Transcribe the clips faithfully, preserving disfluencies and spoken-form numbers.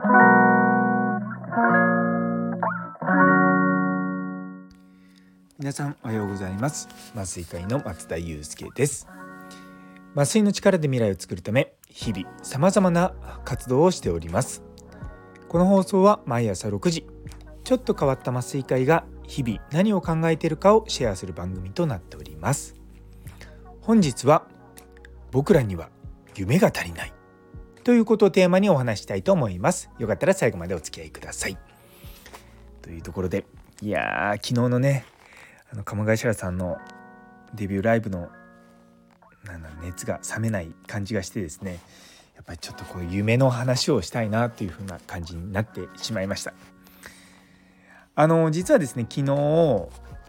皆さんおはようございます。麻酔科医の松田祐介です。麻酔の力で未来を作るため、日々さまざまな活動をしております。この放送は毎朝ろくじ、ちょっと変わった麻酔科医が日々何を考えているかをシェアする番組となっております。本日は僕らには夢が足りないということをテーマにお話したいと思います。よかったら最後までお付き合いください。というところで、いやー昨日のねあの鴨頭さんのデビューライブのなんだ熱が冷めない感じがしてですね、やっぱりちょっとこう夢の話をしたいなというふうな感じになってしまいました。あの実はですね、昨日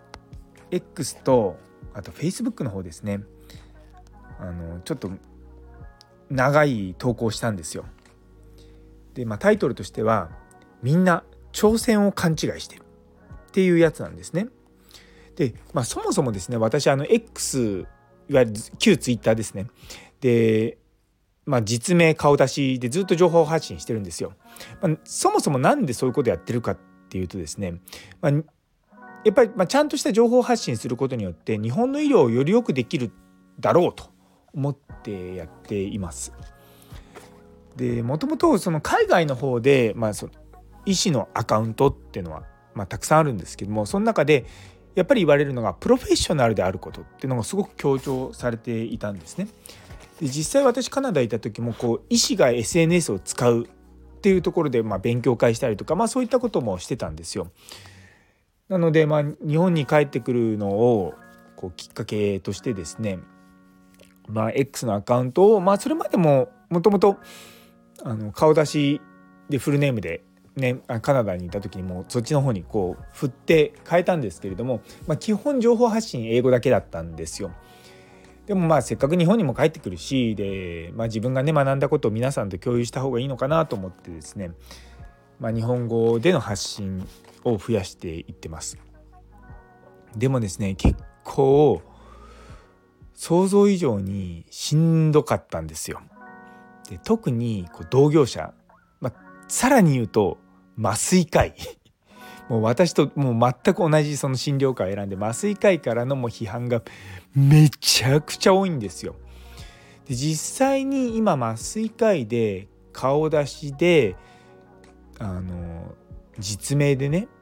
X とあと Facebook の方ですね、あのちょっと長い投稿をしたんですよ。で、まあ、タイトルとしてはみんな挑戦を勘違いしてるっていうやつなんですね。で、まあ、そもそもですね、私あの X、いわゆる旧ツイッターですね。で、まあ、実名顔出しでずっと情報発信してるんですよ。まあ、そもそもなんでそういうことやってるかっていうとですね、まあ、やっぱりまあちゃんとした情報発信することによって日本の医療をより良くできるだろうと思ってやっています。で、もともとその海外の方で、まあ、その医師のアカウントっていうのはまあたくさんあるんですけども、その中でやっぱり言われるのがプロフェッショナルであることっていうのがすごく強調されていたんですね。で、実際私カナダにいた時もこう医師が エスエヌエス を使うっていうところでまあ勉強会したりとか、まあ、そういったこともしてたんですよ。なのでまあ日本に帰ってくるのをこうきっかけとしてですね、まあ、X のアカウントをまあそれまでももともと顔出しでフルネームでね、カナダにいた時にもそっちの方にこう振って変えたんですけれども、まあ、基本情報発信英語だけだったんですよ。でもまあせっかく日本にも帰ってくるしで、まあ、自分がね学んだことを皆さんと共有した方がいいのかなと思ってですね、まあ、日本語での発信を増やしていってます。でもですね、結構想像以上にしんどかったんですよ。で、特にこう同業者、まあ、さらに言うと麻酔科医もう私ともう全く同じその診療科を選んで麻酔科医からのもう批判がめちゃくちゃ多いんですよ。で、実際に今麻酔科医で顔出しであの実名でね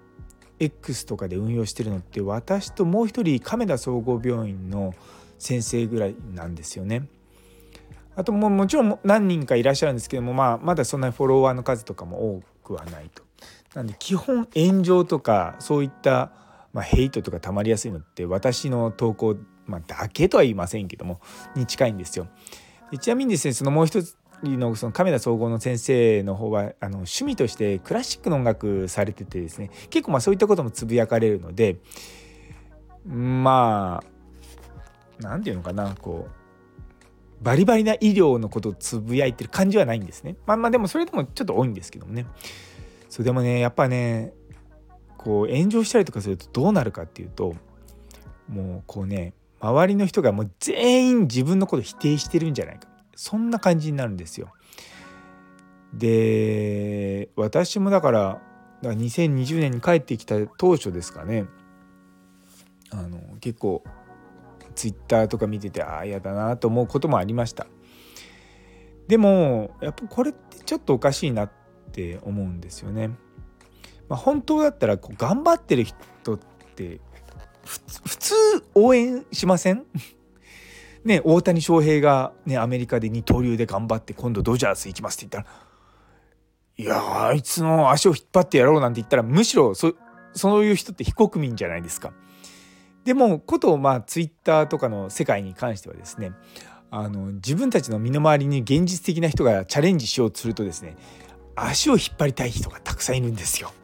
X とかで運用してるのって私ともう一人亀田総合病院の先生ぐらいなんですよね。あとももちろん何人かいらっしゃるんですけども、まあ、まだそんなにフォロワーの数とかも多くはないと。なんで基本炎上とかそういった、まあ、ヘイトとかたまりやすいのって私の投稿、まあ、だけとは言いませんけどもに近いんですよ。で、ちなみにですね、そのもう一つのその亀田総合の先生の方はあの趣味としてクラシックの音楽されててですね、結構まあそういったこともつぶやかれるので、まあなんていうのかな、こうバリバリな医療のことをつぶやいてる感じはないんですね。まあまあでもそれでもちょっと多いんですけどもね。そうでもね、やっぱねこう炎上したりとかするとどうなるかっていうと、もうこうね周りの人がもう全員自分のことを否定してるんじゃないか、そんな感じになるんですよ。で、私もだからだからにせんにじゅうねんに帰ってきた当初ですかね、あの結構ツイッターとか見ててああ嫌だなと思うこともありました。でもやっぱこれってちょっとおかしいなって思うんですよね。まあ、本当だったらこう頑張ってる人って普通応援しませんね。大谷翔平が、ね、アメリカで二刀流で頑張って今度ドジャース行きますって言ったら、いやあいつの足を引っ張ってやろうなんて言ったらむしろ そ, そういう人って非国民じゃないですか。でもことまあツイッターとかの世界に関してはですね、あの自分たちの身の回りに現実的な人がチャレンジしようとするとですね、足を引っ張りたい人がたくさんいるんですよ。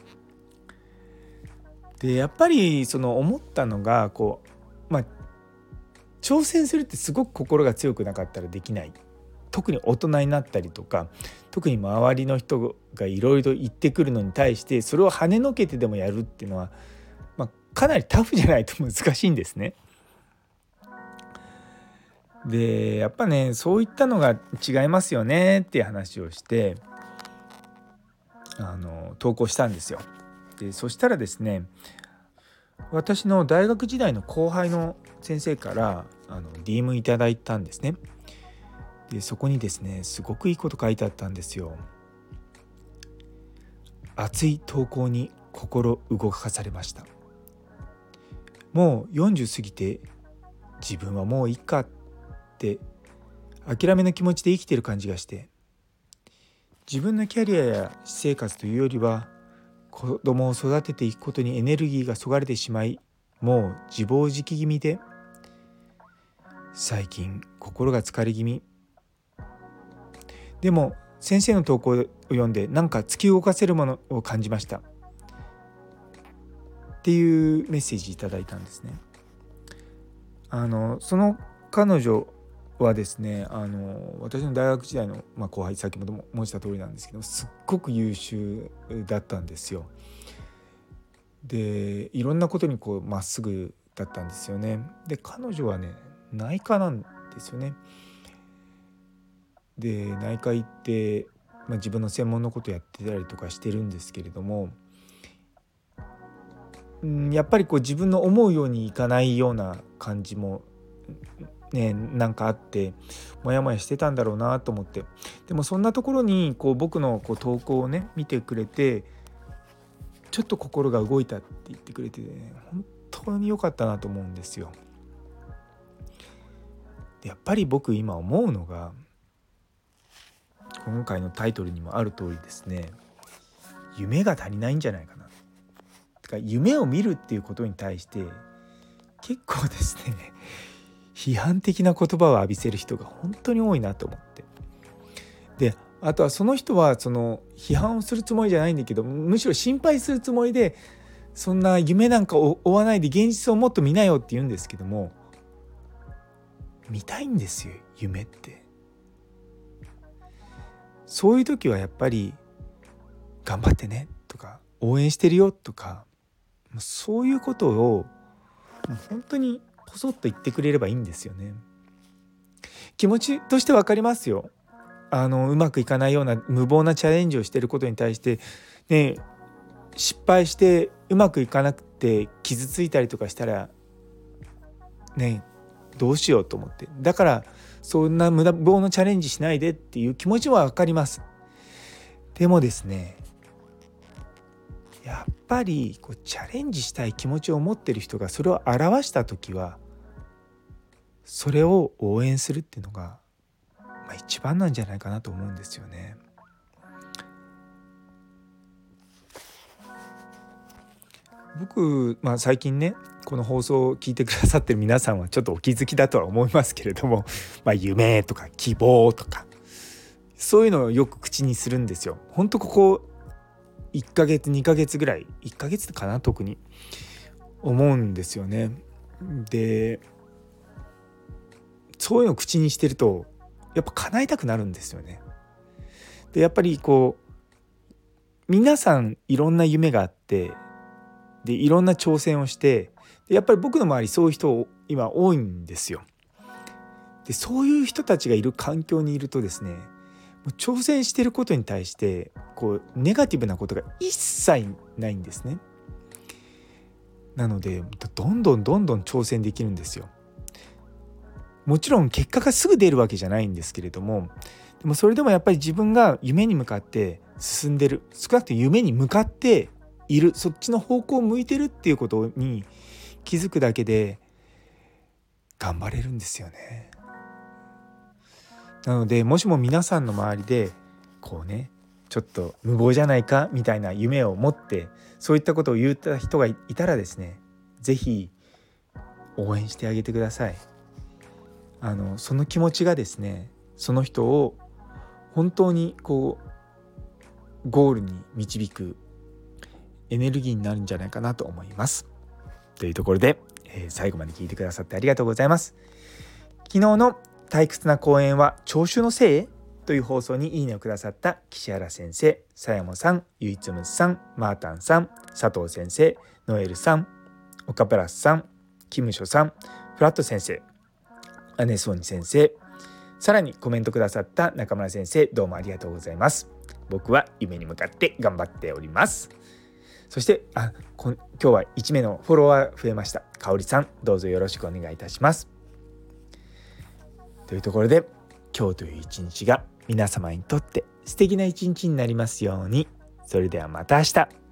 で、やっぱりその思ったのがこう、まあ、挑戦するってすごく心が強くなかったらできない。特に大人になったりとか、特に周りの人がいろいろ言ってくるのに対してそれを跳ねのけてでもやるっていうのは、まあ、かなりタフじゃないと難しいんですね。で、やっぱねそういったのが違いますよねっていう話をして、 あの投稿したんですよ。でそしたらですね、私の大学時代の後輩の先生からあの ディーエム いただいたんですね。でそこにですね、すごくいいこと書いてあったんですよ。熱い投稿に心動かされました。もうよんじゅう過ぎて自分はもういいかって諦めの気持ちで生きている感じがして、自分のキャリアや私生活というよりは子供を育てていくことにエネルギーがそがれてしまい、もう自暴自棄気味で最近心が疲れ気味。でも先生の投稿を読んでなんか突き動かせるものを感じましたっていうメッセージいただいたんですね。あのその彼女はですね、あの私の大学時代の、まあ、後輩、先ほども申した通りなんですけど、すっごく優秀だったんですよ。でいろんなことにこうまっすぐだったんですよね。で彼女はね内科なんですよね。で内科行って、まあ、自分の専門のことやってたりとかしてるんですけれども、うん、やっぱりこう自分の思うようにいかないような感じもね、なんかあってモヤモヤしてたんだろうなと思って、でもそんなところにこう僕のこう投稿をね見てくれて、ちょっと心が動いたって言ってくれて、ね、本当に良かったなと思うんですよ。でやっぱり僕今思うのが、今回のタイトルにもある通りですね、夢が足りないんじゃないかな。てか夢を見るっていうことに対して結構ですね批判的な言葉を浴びせる人が本当に多いなと思って、であとはその人はその批判をするつもりじゃないんだけど、むしろ心配するつもりで、そんな夢なんか追わないで現実をもっと見なよって言うんですけども、見たいんですよ夢って。そういう時はやっぱり頑張ってねとか応援してるよとか、そういうことを本当にポソッと言ってくれればいいんですよね。気持ちとして分かりますよ。あのうまくいかないような無謀なチャレンジをしていることに対してね、失敗してうまくいかなくて傷ついたりとかしたらね、どうしようと思って、だからそんな無謀なチャレンジしないでっていう気持ちは分かります。でもですね、やっぱりこうチャレンジしたい気持ちを持っている人がそれを表した時は、それを応援するっていうのが、まあ、一番なんじゃないかなと思うんですよね。僕、まあ、最近ねこの放送を聞いてくださってる皆さんはちょっとお気づきだとは思いますけれども、まあ、夢とか希望とかそういうのをよく口にするんですよ。ほんとここいっかげつにかげつぐらい、いっかげつかな特に思うんですよね。でそういうのを口にしてるとやっぱ叶えたくなるんですよね。でやっぱりこう皆さんいろんな夢があって、でいろんな挑戦をして、でやっぱり僕の周りそういう人今多いんですよ。でそういう人たちがいる環境にいるとですね、もう挑戦していることに対してこうネガティブなことが一切ないんですね。なのでどんどんどんどん挑戦できるんですよ。もちろん結果がすぐ出るわけじゃないんですけれども、でもそれでもやっぱり自分が夢に向かって進んでる、少なくとも夢に向かっている、そっちの方向を向いてるっていうことに気づくだけで頑張れるんですよね。なのでもしも皆さんの周りでこうね、ちょっと無謀じゃないかみたいな夢を持ってそういったことを言った人がいたらですね、ぜひ応援してあげてください。あのその気持ちがですね、その人を本当にこうゴールに導くエネルギーになるんじゃないかなと思います。というところで、えー、最後まで聞いてくださってありがとうございます。昨日の退屈な公園は聴衆のせいという放送にいいねをくださった岸原先生、さやもさん、ゆいつむさん、マータンさん、佐藤先生、ノエルさん、オカプラスさん、キムショさん、フラット先生、アネソーニ先生、さらにコメントくださった中村先生、どうもありがとうございます。 僕は夢に向かって頑張っております。そしてあこん今日はいちめいのフォロワー増えました。かおりさん、どうぞよろしくお願いいたします。というところで、今日という一日が皆様にとって素敵な一日になりますように。それではまた明日。